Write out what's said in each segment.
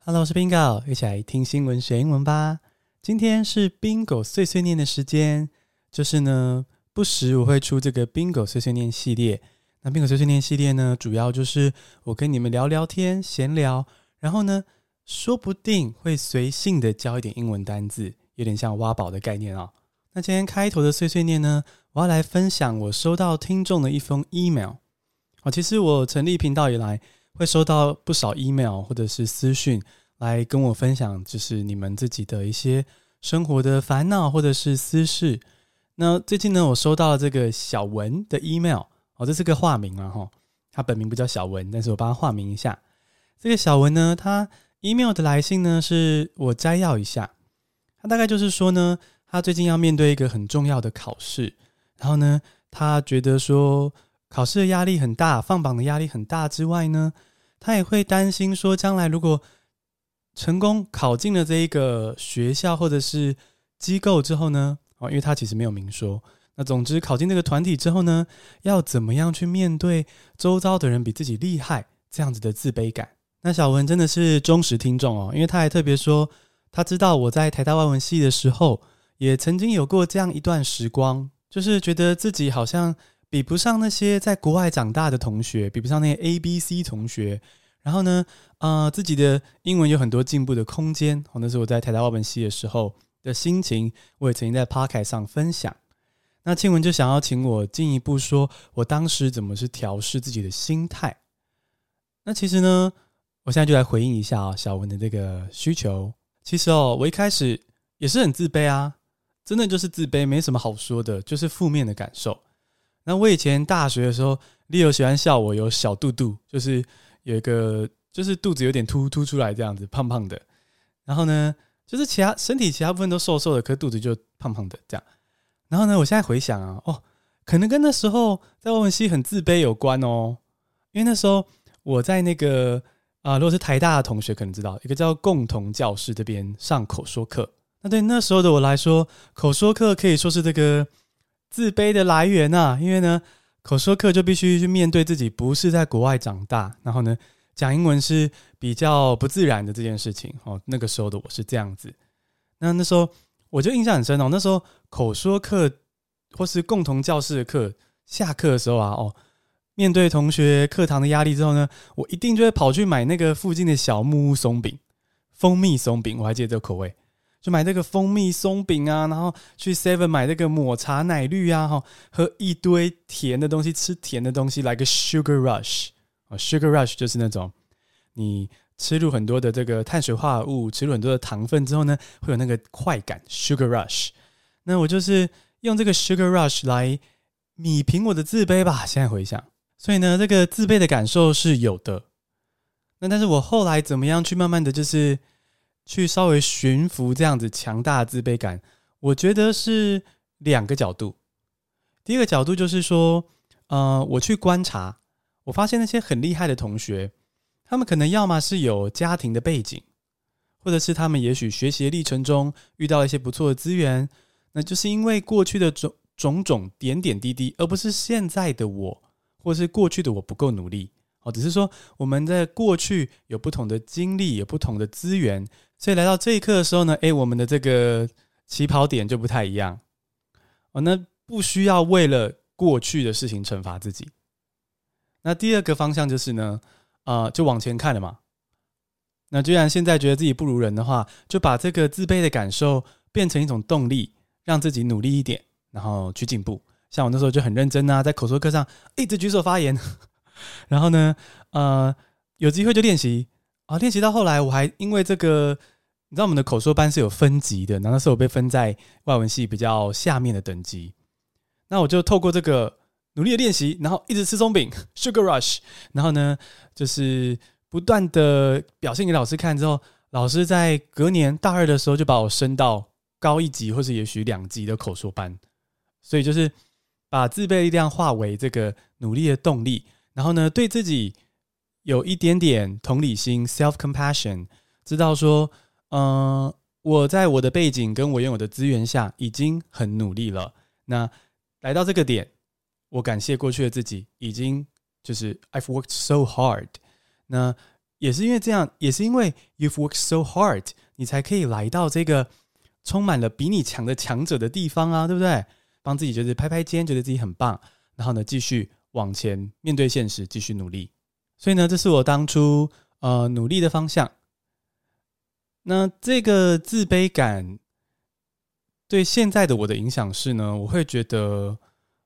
Hello， 我是 Bingo， 一起来听新闻学英文吧。今天是 Bingo 碎碎念的时间，就是呢，不时我会出这个 Bingo 碎碎念系列。那 Bingo 碎碎念系列呢，主要就是我跟你们聊聊天、闲聊，然后呢，说不定会随性的教一点英文单字，有点像挖宝的概念哦。那今天开头的碎碎念呢，我要来分享我收到听众的一封 email。其实我成立频道以来，会收到不少 email 或者是私讯来跟我分享，就是你们自己的一些生活的烦恼或者是私事。那最近呢，我收到了这个小文的 email，这是个化名啊，他本名不叫小文，但是我帮他化名一下。这个小文呢，他 email 的来信呢，是我摘要一下，他大概就是说呢，他最近要面对一个很重要的考试，然后呢，他觉得说考试的压力很大，放榜的压力很大之外呢，他也会担心说将来如果成功考进了这一个学校或者是机构之后呢，因为他其实没有明说，那总之考进这个团体之后呢，要怎么样去面对周遭的人比自己厉害这样子的自卑感。那小文真的是忠实听众因为他还特别说他知道我在台大外文系的时候也曾经有过这样一段时光，就是觉得自己好像比不上那些在国外长大的同学，比不上那些 ABC 同学，然后呢自己的英文有很多进步的空间，那是我在台大外文系的时候的心情，我也曾经在 Podcast 上分享。那庆文就想要请我进一步说我当时怎么是调试自己的心态。那其实呢，我现在就来回应一下小文的这个需求。其实我一开始也是很自卑啊，真的就是自卑，没什么好说的，就是负面的感受。那我以前大学的时候 Leo 喜欢笑我有小肚肚，就是有一个就是肚子有点凸出来这样子，胖胖的。然后呢，就是身体其他部分都瘦瘦的，可是肚子就胖胖的这样。然后呢，我现在回想可能跟那时候在外文系很自卑有关哦。因为那时候我在那个如果是台大的同学可能知道，一个叫共同教室这边上口说课。那对那时候的我来说，口说课可以说是这个自卑的来源啊。因为呢，口说课就必须去面对自己不是在国外长大，然后呢讲英文是比较不自然的这件事情那个时候的我是这样子。那时候我就印象很深那时候口说课或是共同教室的课，下课的时候面对同学课堂的压力之后呢，我一定就会跑去买那个附近的小木屋松饼，蜂蜜松饼，我还记得这个口味，就买这个蜂蜜松饼啊，然后去 7 买这个抹茶奶绿啊，喝一堆甜的东西，吃甜的东西，来个 sugar rush。sugar rush 就是那种你吃入很多的这个碳水化合物，吃入很多的糖分之后呢，会有那个快感 sugar rush。 那我就是用这个 sugar rush 来弭平我的自卑吧，现在回想。所以呢，这个自卑的感受是有的。那但是我后来怎么样去慢慢的就是去稍微驯服这样子强大的自卑感，我觉得是两个角度。第一个角度就是说我去观察，我发现那些很厉害的同学，他们可能要么是有家庭的背景，或者是他们也许学习的历程中遇到一些不错的资源，那就是因为过去的种种点点滴滴，而不是现在的我或是过去的我不够努力只是说我们在过去有不同的经历，有不同的资源，所以来到这一刻的时候呢，我们的这个起跑点就不太一样那不需要为了过去的事情惩罚自己。那第二个方向就是呢就往前看了嘛。那既然现在觉得自己不如人的话，就把这个自卑的感受变成一种动力，让自己努力一点，然后去进步。像我那时候就很认真在口说课上一直举手发言然后呢有机会就练习练习到后来，我还因为这个，你知道我们的口说班是有分级的，然后那时候我被分在外文系比较下面的等级。那我就透过这个努力的练习，然后一直吃松饼 sugar rush， 然后呢就是不断的表现给老师看之后，老师在隔年大二的时候就把我升到高一级或是也许2级的口说班。所以就是把自卑力量化为这个努力的动力，然后呢对自己有一点点同理心 self compassion， 知道说我在我的背景跟我拥有的资源下已经很努力了，那来到这个点，我感谢过去的自己，已经就是 I've worked so hard。 那也是因为这样，也是因为 you've worked so hard， 你才可以来到这个充满了比你强的强者的地方啊，对不对？帮自己就是拍拍肩，觉得自己很棒，然后呢继续往前面对现实，继续努力。所以呢，这是我当初努力的方向。那这个自卑感对现在的我的影响是呢，我会觉得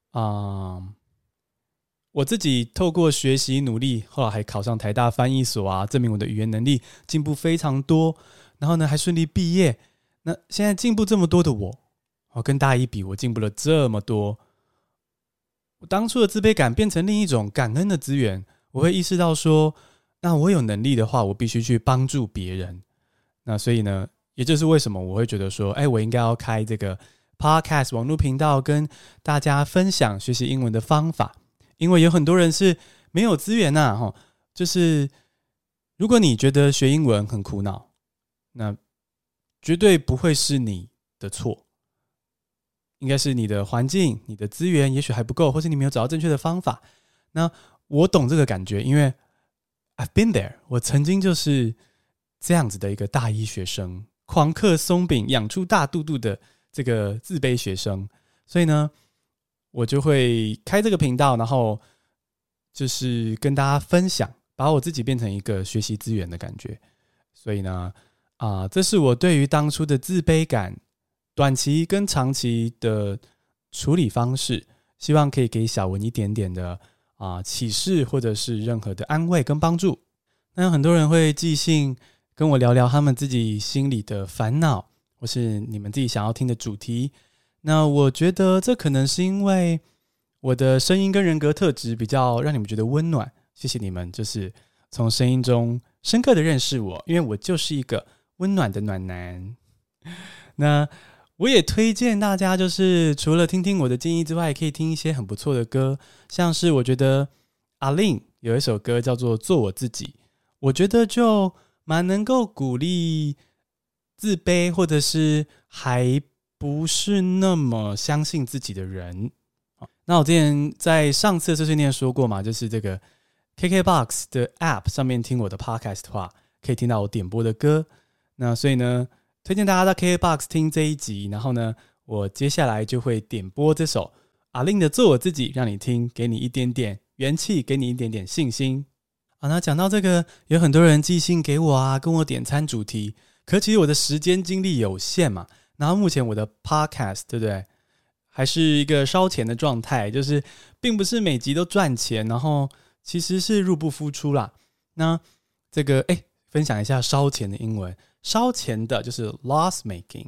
我自己透过学习努力，后来还考上台大翻译所啊，证明我的语言能力进步非常多，然后呢还顺利毕业。那现在进步这么多的我跟大一比，我进步了这么多，我当初的自卑感变成另一种感恩的资源。我会意识到说，那我有能力的话，我必须去帮助别人。那所以呢，也就是为什么我会觉得说，我应该要开这个 podcast 网络频道，跟大家分享学习英文的方法。因为有很多人是没有资源就是如果你觉得学英文很苦恼，那绝对不会是你的错，应该是你的环境、你的资源也许还不够，或是你没有找到正确的方法。那我懂这个感觉，因为 I've been there， 我曾经就是这样子的一个大一学生，狂嗑松饼养出大肚肚的这个自卑学生。所以呢，我就会开这个频道，然后就是跟大家分享，把我自己变成一个学习资源的感觉。所以呢，这是我对于当初的自卑感短期跟长期的处理方式，希望可以给小文一点点的启示，或者是任何的安慰跟帮助。那很多人会寄信跟我聊聊他们自己心里的烦恼，或是你们自己想要听的主题。那我觉得这可能是因为我的声音跟人格特质比较让你们觉得温暖，谢谢你们，就是从声音中深刻的认识我，因为我就是一个温暖的暖男。那我也推荐大家，就是除了听听我的建议之外，也可以听一些很不错的歌，像是我觉得阿令有一首歌叫做《做我自己》，我觉得就蛮能够鼓励自卑或者是还不是那么相信自己的人。那我之前在上次的碎碎念说过嘛，就是这个 KKBOX 的 App 上面听我的 Podcast 的话，可以听到我点播的歌。那所以呢，推荐大家到 KKBOX 听这一集，然后呢，我接下来就会点播这首阿令的《做我自己》，让你听，给你一点点元气，给你一点点信心。那讲到这个，有很多人寄信给我跟我点餐主题，可其实我的时间精力有限嘛，然后目前我的 podcast 对不对，还是一个烧钱的状态，就是并不是每集都赚钱，然后其实是入不敷出啦。那这个分享一下烧钱的英文，烧钱的就是 loss making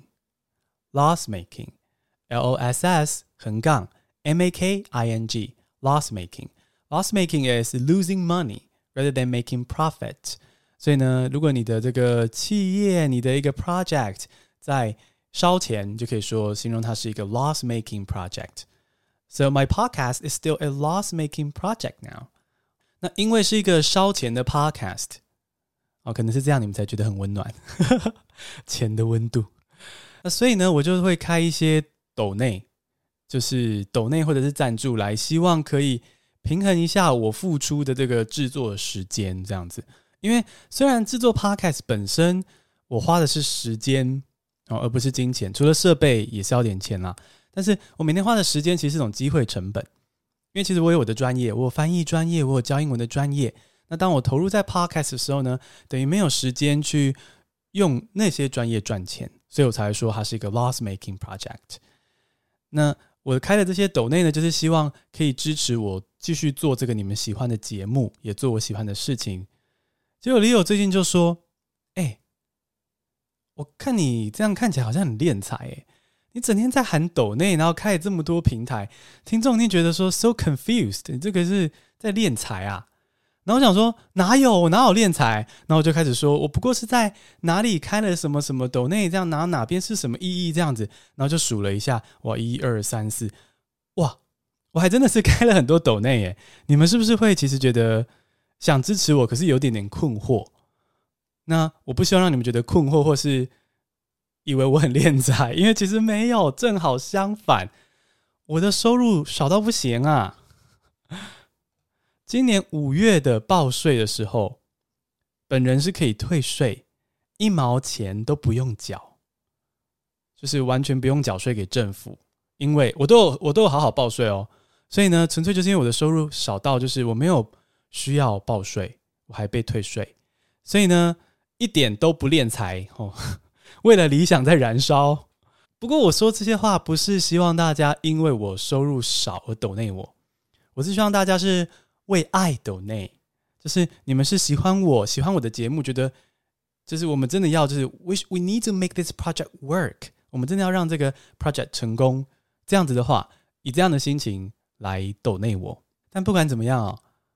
LOSS -MAKING loss making is losing money rather than making profit。 所以呢，如果你的这个企业，你的一个 project 在烧钱，就可以说形容它是一个 loss making project。 So my podcast is still a loss making project now。 那因为是一个烧钱的 podcast，可能是这样你们才觉得很温暖钱的温度。那所以呢，我就会开一些抖内，就是抖内或者是赞助，来希望可以平衡一下我付出的这个制作的时间这样子。因为虽然制作 podcast 本身我花的是时间而不是金钱，除了设备也是要点钱啦，但是我每天花的时间其实是一种机会成本。因为其实我有我的专业，我有翻译专业，我有教英文的专业，那当我投入在 podcast 的时候呢，等于没有时间去用那些专业赚钱，所以我才会说它是一个 loss making project。 那我开的这些抖内呢，就是希望可以支持我继续做这个你们喜欢的节目，也做我喜欢的事情。结果Leo最近就说，我看你这样看起来好像很敛财你整天在喊抖内，然后开了这么多平台，听众一定觉得说 so confused， 你这个是在敛财啊。然后我想说哪有敛财，然后我就开始说我不过是在哪里开了什么什么抖内，这样哪边是什么意义这样子，然后就数了一下，哇1 2 3 4，哇我还真的是开了很多抖内耶。你们是不是会其实觉得想支持我，可是有点点困惑？那我不希望让你们觉得困惑，或是以为我很敛财，因为其实没有，正好相反，我的收入少到不行啊。今年5月的报税的时候， 本人是可以退税，1毛钱都不用缴，就是完全不用缴税给政府，因为我都有好好报税哦。所以呢，纯粹就是因为我的收入少到就是我没有需要报税，我还被退税，所以呢一点都不敛财哦，为了理想在燃烧。不过我说这些话不是希望大家因为我收入少而抖内我是希望大家是为爱抖内，就是你们是喜欢我的节目，觉得就是我们真的要就是 we need to make this project work， 我们真的要让这个 project 成功，这样子的话以这样的心情来抖内我。但不管怎么样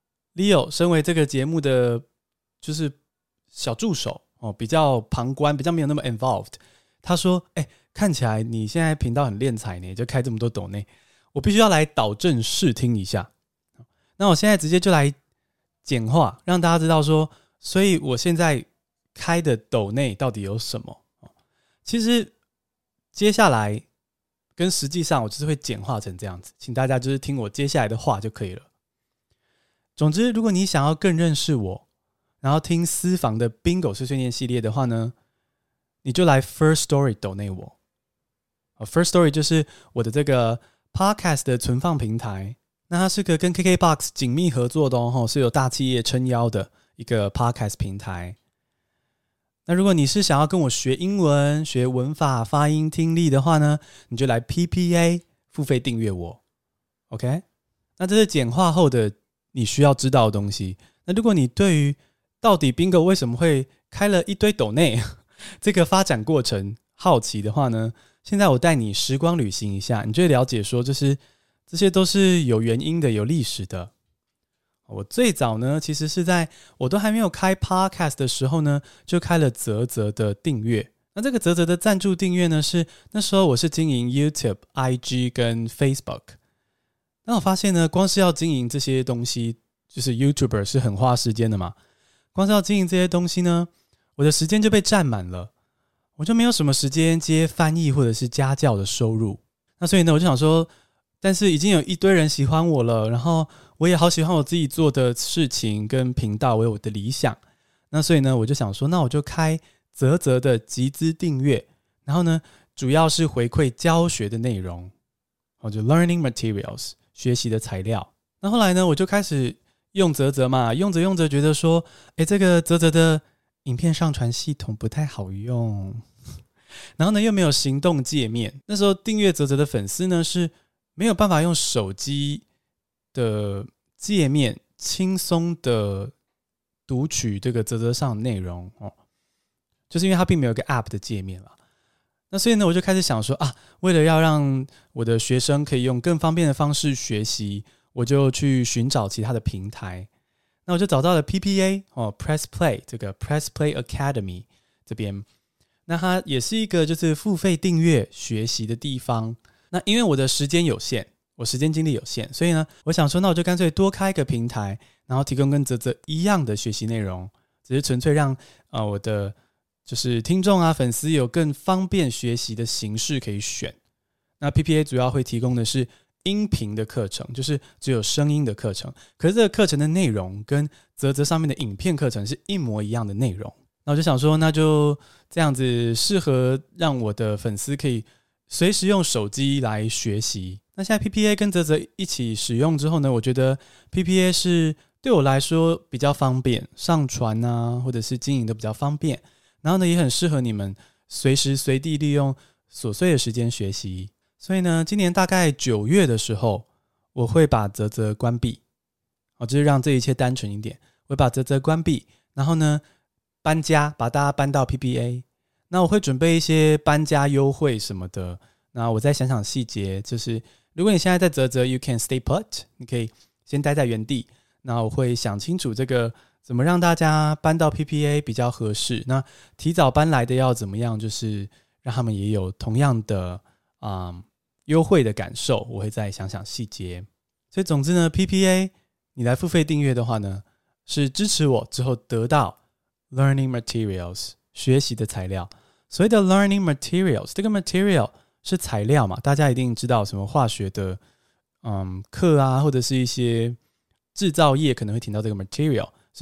Leo 身为这个节目的就是小助手比较旁观，比较没有那么 involved， 他说看起来你现在频道很敛财呢，就开这么多抖内，我必须要来导正视听一下。那我现在直接就来简化，让大家知道说，所以我现在开的抖内到底有什么。其实接下来跟实际上我就是会简化成这样子，请大家就是听我接下来的话就可以了。总之，如果你想要更认识我，然后听私房的 Bingo 碎碎念系列的话呢，你就来 First Story 抖内我。First Story 就是我的这个 Podcast 的存放平台，那它是个跟 KKBOX 紧密合作的是有大企业撑腰的一个 Podcast 平台。那如果你是想要跟我学英文、学文法、发音、听力的话呢，你就来 PPA 付费订阅我 OK。 那这是简化后的你需要知道的东西。那如果你对于到底 Bingo 为什么会开了一堆抖内这个发展过程好奇的话呢，现在我带你时光旅行一下，你就会了解说就是这些都是有原因的，有历史的。我最早呢其实是在我都还没有开 podcast 的时候呢，就开了嘖嘖的订阅。那这个嘖嘖的赞助订阅呢，是那时候我是经营 YouTube、IG 跟 Facebook。那我发现呢，光是要经营这些东西，就是 YouTuber 是很花时间的嘛，光是要经营这些东西呢，我的时间就被占满了，我就没有什么时间接翻译或者是家教的收入。那所以呢，我就想说，但是已经有一堆人喜欢我了，然后我也好喜欢我自己做的事情跟频道，我有我的理想。那所以呢，我就想说，那我就开嘖嘖的集资订阅，然后呢，主要是回馈教学的内容，就 learning materials 学习的材料。那后来呢，我就开始用嘖嘖嘛，用着用着觉得说，这个嘖嘖的影片上传系统不太好用，然后呢又没有行动界面。那时候订阅嘖嘖的粉丝呢是没有办法用手机的界面轻松的读取这个嘖嘖上的内容就是因为它并没有一个 App 的界面啦。那所以呢，我就开始想说为了要让我的学生可以用更方便的方式学习，我就去寻找其他的平台。那我就找到了 PPA Press Play 这个 Press Play Academy 这边，那它也是一个就是付费订阅学习的地方。那因为我的时间有限，我时间精力有限，所以呢，我想说那我就干脆多开一个平台，然后提供跟嘖嘖一样的学习内容，只是纯粹让我的就是听众粉丝有更方便学习的形式可以选。那 PPA 主要会提供的是音频的课程，就是只有声音的课程，可是这个课程的内容跟嘖嘖上面的影片课程是一模一样的内容。那我就想说那就这样子适合让我的粉丝可以随时用手机来学习。那现在 PPA 跟嘖嘖一起使用之后呢，我觉得 PPA 是对我来说比较方便，上传或者是经营的比较方便，然后呢也很适合你们随时随地利用琐碎的时间学习。所以呢，今年大概9月的时候，我会把嘖嘖关闭，就是让这一切单纯一点。我会把嘖嘖关闭，然后呢搬家，把大家搬到 PPA。那我会准备一些搬家优惠什么的，那我再想想细节。就是如果你现在在嘖嘖 you can stay put， 你可以先待在原地。那我会想清楚这个怎么让大家搬到 PPA 比较合适。那提早搬来的要怎么样，就是让他们也有同样的优惠的感受，我会再想想细节。所以总之呢， PPA 你来付费订阅的话呢，是支持我之后得到 learning materials 学习的材料。所谓的 learning materials， 这个 material 是材料嘛，大家一定知道什么化学的课或者是一些制造业可能会听到这个 material 是这种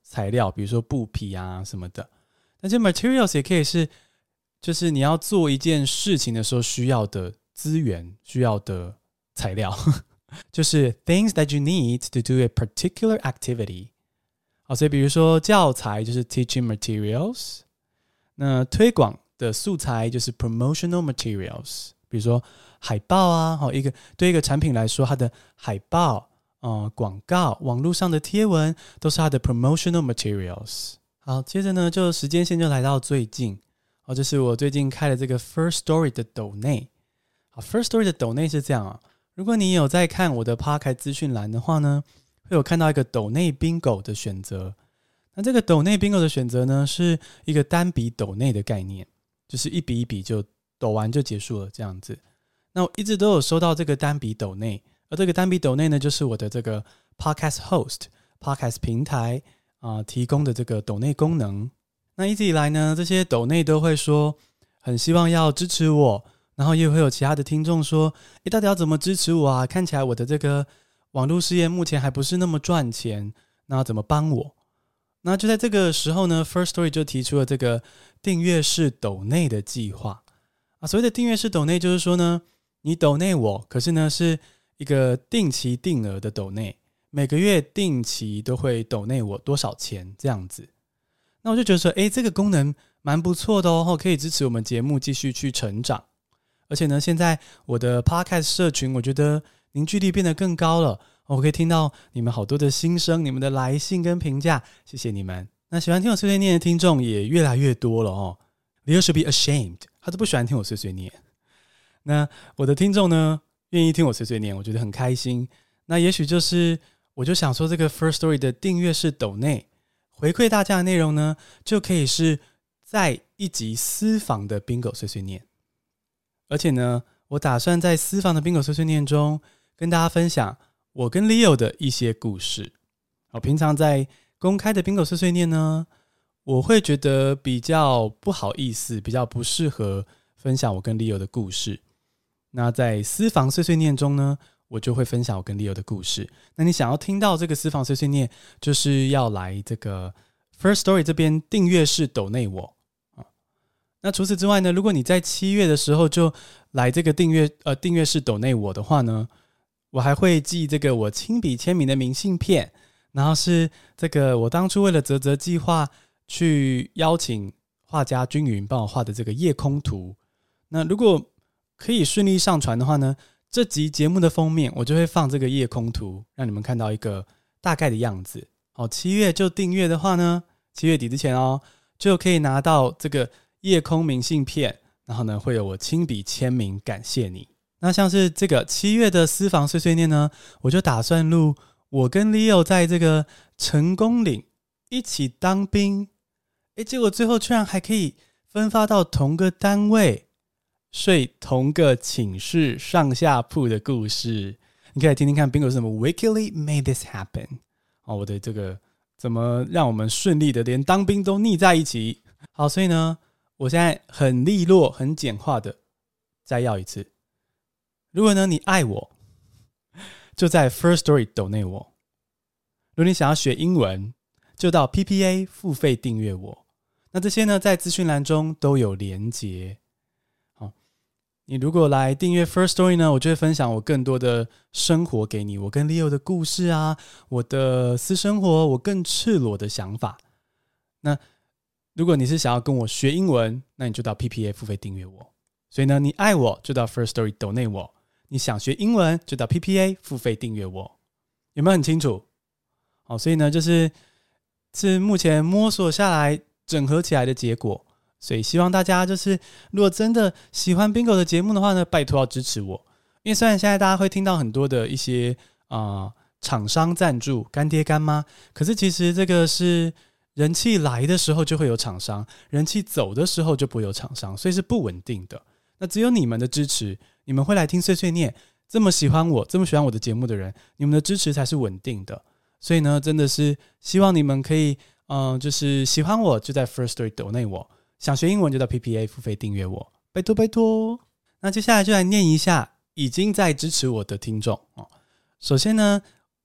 材料，比如说布匹啊什么的。那这 materials 也可以是就是你要做一件事情的时候需要的资源，需要的材料就是 things that you need to do a particular activity。 好，所以比如说教材就是 teaching materials， 那推广的素材就是 promotional materials， 比如说海报啊，对一个产品来说，它的海报、广告、网络上的贴文都是它的 promotional materials。 好，接着呢就时间线就来到最近，就是我最近开了这个 First Story 的抖内。好， First Story 的抖内是这样啊，如果你有在看我的 Podcast 资讯栏的话呢，会有看到一个抖内 Bingo 的选择。那这个抖内 Bingo 的选择呢，是一个单笔抖内的概念，就是一笔一笔就抖完就结束了这样子。那我一直都有收到这个单笔抖内，而这个单笔抖内呢，就是我的这个 Podcast Host Podcast 平台提供的这个抖内功能。那一直以来呢，这些抖内都会说很希望要支持我，然后也会有其他的听众说到底要怎么支持我啊？看起来我的这个网络事业目前还不是那么赚钱，那要怎么帮我？那就在这个时候呢， First Story 就提出了这个订阅式抖内的计划。所谓的订阅式抖内就是说呢，你抖内我，可是呢是一个定期定额的抖内，每个月定期都会抖内我多少钱这样子。那我就觉得说这个功能蛮不错的哦，可以支持我们节目继续去成长。而且呢，现在我的 Podcast 社群我觉得凝聚力变得更高了，我可以听到你们好多的心声，你们的来信跟评价，谢谢你们。那喜欢听我碎碎念的听众也越来越多了哦。Leo should be ashamed， 他都不喜欢听我碎碎念。那我的听众呢，愿意听我碎碎念，我觉得很开心。那也许就是我就想说，这个 First Story 的订阅式抖内回馈大家的内容呢，就可以是在一集私房的 Bingo 碎碎念。而且呢，我打算在私房的 Bingo 碎碎念中跟大家分享我跟 Leo 的一些故事。平常在公开的 Bingo 碎碎念呢，我会觉得比较不好意思，比较不适合分享我跟 Leo 的故事。那在私房碎碎念中呢，我就会分享我跟 Leo 的故事。那你想要听到这个私房碎碎念，就是要来这个 First Story 这边订阅式抖内我。那除此之外呢，如果你在7月的时候就来这个订阅式抖内我的话呢，我还会寄这个我亲笔签名的明信片，然后是这个我当初为了嘖计划去邀请画家均匀帮我画的这个夜空图。那如果可以顺利上传的话呢，这集节目的封面我就会放这个夜空图，让你们看到一个大概的样子。7月就订阅的话呢，7月底之前就可以拿到这个夜空明信片，然后呢会有我亲笔签名感谢你。那像是这个7月的私房碎碎念呢，我就打算录我跟 Leo 在这个成功岭一起当兵，结果最后居然还可以分发到同个单位，睡同个寝室上下铺的故事。你可以来听听看 Bingo 是什么 Wickedly made this happen。我的这个怎么让我们顺利的连当兵都腻在一起。好，所以呢我现在很利落很简化的再要一次，如果呢你爱我，就在 First Story 抖内我。如果你想要学英文，就到 PPA 付费订阅我。那这些呢在资讯栏中都有连结。你如果来订阅 First Story 呢，我就会分享我更多的生活给你，我跟 Leo 的故事啊，我的私生活，我更赤裸的想法。那如果你是想要跟我学英文，那你就到 PPA 付费订阅我。所以呢，你爱我就到 First Story 抖内我，你想学英文就到 PPA 付费订阅我。有没有很清楚？所以呢就是目前摸索下来整合起来的结果。所以希望大家就是如果真的喜欢 Bingo 的节目的话呢，拜托要支持我。因为虽然现在大家会听到很多的一些厂商赞助干爹干妈，可是其实这个是人气来的时候就会有厂商，人气走的时候就不会有厂商，所以是不稳定的。那只有你们的支持，你们会来听碎碎念，这么喜欢我这么喜欢我的节目的人，你们的支持才是稳定的。所以呢真的是希望你们可以就是喜欢我就在 First Story 抖内我，想学英文就到 PPA 付费订阅我，拜托拜托。那接下来就来念一下已经在支持我的听众。首先呢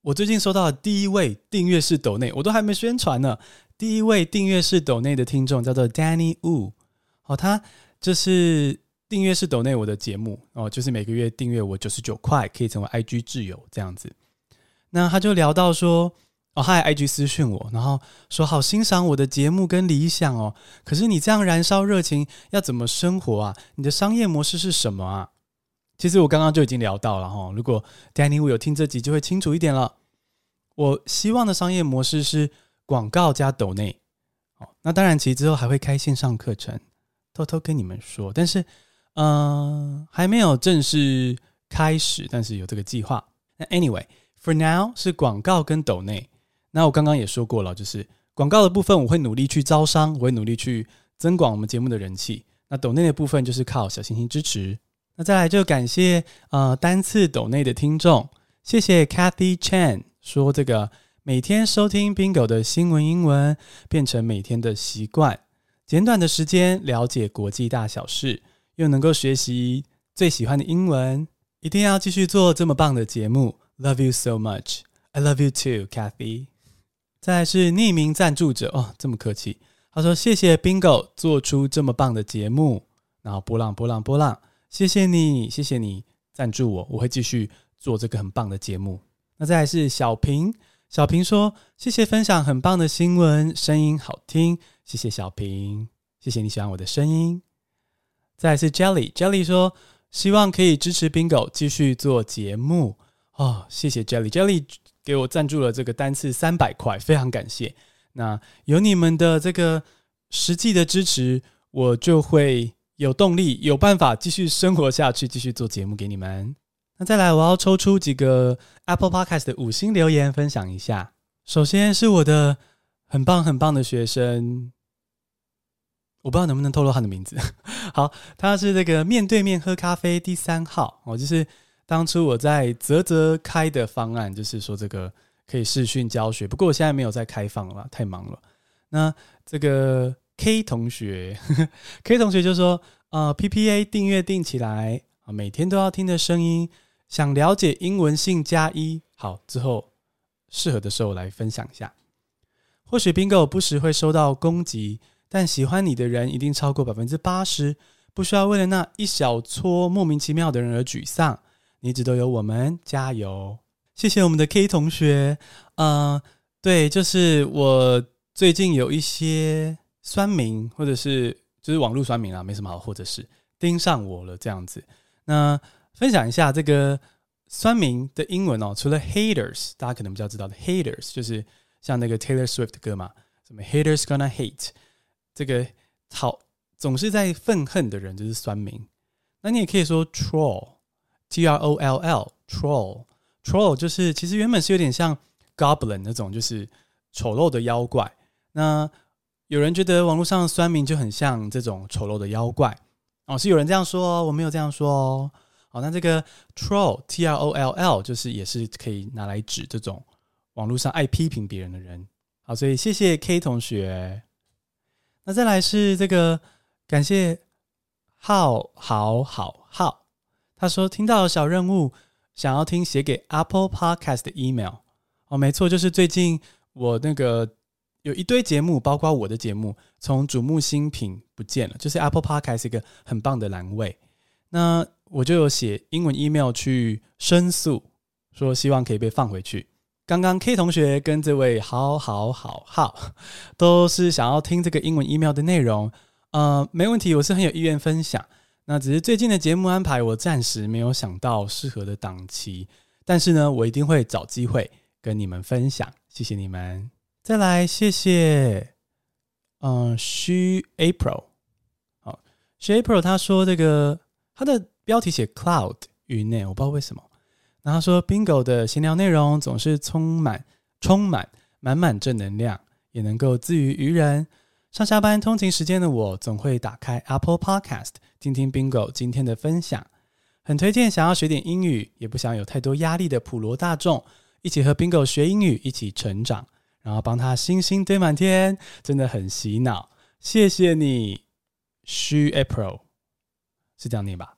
我最近收到的第一位订阅式抖内，我都还没宣传呢。第一位订阅式抖内的听众叫做 Danny Wu， 他就是订阅式抖内我的节目，就是每个月订阅我99块，可以成为 IG 挚友这样子。那他就聊到说，他还 IG 私讯我，然后说好欣赏我的节目跟理想哦，可是你这样燃烧热情要怎么生活啊？你的商业模式是什么啊？其实我刚刚就已经聊到了，如果 Danny Wu 有听这集就会清楚一点了。我希望的商业模式是广告加抖内，那当然其实之后还会开线上课程，偷偷跟你们说，但是还没有正式开始，但是有这个计划。那 anyway for now 是广告跟抖内。那我刚刚也说过了，就是广告的部分我会努力去招商，我会努力去增广我们节目的人气。那抖内的部分就是靠小星星支持。那再来就感谢单次抖内的听众，谢谢 Kathy Chan 说这个每天收听 Bingo 的新闻英文变成每天的习惯，简短的时间了解国际大小事，又能够学习最喜欢的英文，一定要继续做这么棒的节目。 Love you so much. I love you too, Kathy。 再来是匿名赞助者，这么客气，他说谢谢 Bingo 做出这么棒的节目，然后波浪波浪波浪，谢谢你，谢谢你赞助我，我会继续做这个很棒的节目。那再来是小平，小平说谢谢分享很棒的新闻，声音好听，谢谢小平，谢谢你喜欢我的声音。再来是 Jelly 说希望可以支持 Bingo 继续做节目，谢谢 Jelly 给我赞助了这个单次300块，非常感谢。那有你们的这个实际的支持，我就会有动力有办法继续生活下去，继续做节目给你们。那再来我要抽出几个 Apple Podcast 的5星留言分享一下。首先是我的很棒很棒的学生，我不知道能不能透露他的名字好，他是这个面对面喝咖啡第3号，就是当初我在嘖开的方案，就是说这个可以视讯教学，不过我现在没有再开放了，太忙了。那这个 K 同学K 同学就说PPA 订阅订起来，每天都要听的声音，想了解英文性+1，好，之后适合的时候来分享一下。或许 Bingo 不时会收到攻击，但喜欢你的人一定超过 80%， 不需要为了那一小撮莫名其妙的人而沮丧，你一直都有我们，加油。谢谢我们的 K 同学。对，就是我最近有一些酸民，或者是就是网络酸民没什么好，或者是盯上我了这样子。那分享一下这个酸民的英文除了 haters 大家可能比较知道的 haters 就是像那个 Taylor Swift 的歌嘛，什么 haters gonna hate， 这个总是在愤恨的人就是酸民。那你也可以说 troll T-R-O-L-L troll 就是其实原本是有点像 goblin 那种就是丑陋的妖怪，那有人觉得网络上的酸民就很像这种丑陋的妖怪是有人这样说我没有这样说好，那这个 troll T-R-O-L-L 就是也是可以拿来指这种网络上爱批评别人的人。好，所以谢谢 K 同学。那再来是这个感谢浩，他说听到小任务想要听写给 Apple Podcast 的 email。没错，就是最近我那个有一堆节目，包括我的节目从瞩目新品不见了，就是 Apple Podcast 一个很棒的栏位，那我就有写英文 email 去申诉，说希望可以被放回去。刚刚 K 同学跟这位好都是想要听这个英文 email 的内容，没问题，我是很有意愿分享。那只是最近的节目安排我暂时没有想到适合的档期，但是呢我一定会找机会跟你们分享，谢谢你们。再来谢谢She April， She April 他说这个他的标题写 Cloud 云内，我不知道为什么。然后他说 Bingo 的闲聊内容总是充满满满正能量，也能够自娱于人。上下班通勤时间的我总会打开 Apple Podcast 听听 Bingo 今天的分享，很推荐想要学点英语也不想有太多压力的普罗大众一起和 Bingo 学英语，一起成长，然后帮他星星堆满天，真的很洗脑。谢谢你 She April， 是这样念吧？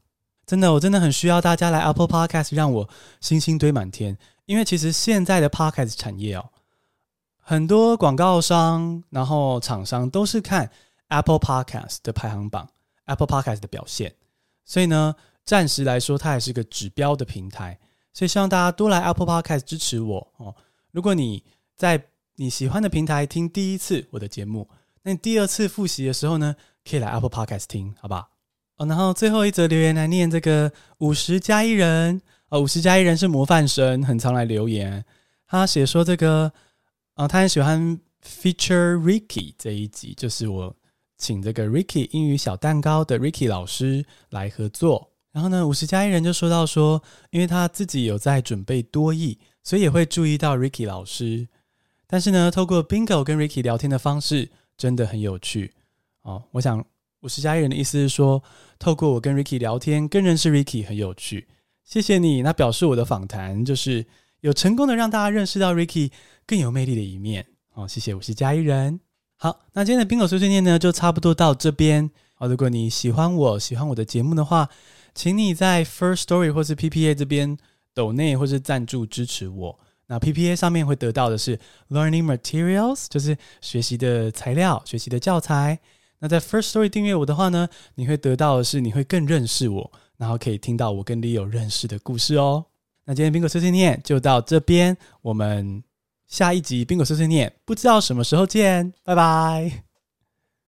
真的，我真的很需要大家来 Apple Podcast 让我星星堆满天，因为其实现在的 Podcast 产业很多广告商然后厂商都是看 Apple Podcast 的排行榜， Apple Podcast 的表现，所以呢暂时来说它还是个指标的平台，所以希望大家多来 Apple Podcast 支持我如果你在你喜欢的平台听第一次我的节目，那你第二次复习的时候呢，可以来 Apple Podcast 听，好不好？然后最后一则留言来念这个50+1人50+1人是模范生，很常来留言。他写说这个他很喜欢 Feature Ricky 这一集，就是我请这个 Ricky 英语小蛋糕的 Ricky 老师来合作。然后呢50+1人就说到说，因为他自己有在准备多益，所以也会注意到 Ricky 老师，但是呢透过 Bingo 跟 Ricky 聊天的方式真的很有趣我想50+1人的意思是说，透过我跟 Ricky 聊天更认识 Ricky 很有趣，谢谢你。那表示我的访谈就是有成功的让大家认识到 Ricky 更有魅力的一面谢谢50+1人。好，那今天的 Bingo 碎碎念呢就差不多到这边如果你喜欢我的节目的话，请你在 First Story 或是 PPA 这边抖内或是赞助支持我。那 PPA 上面会得到的是 Learning Materials， 就是学习的材料，学习的教材。那在 First Story 订阅我的话呢，你会得到的是你会更认识我，然后可以听到我跟 Leo 认识的故事那今天 Bingo 碎碎念就到这边，我们下一集 Bingo 碎碎念不知道什么时候见，拜拜。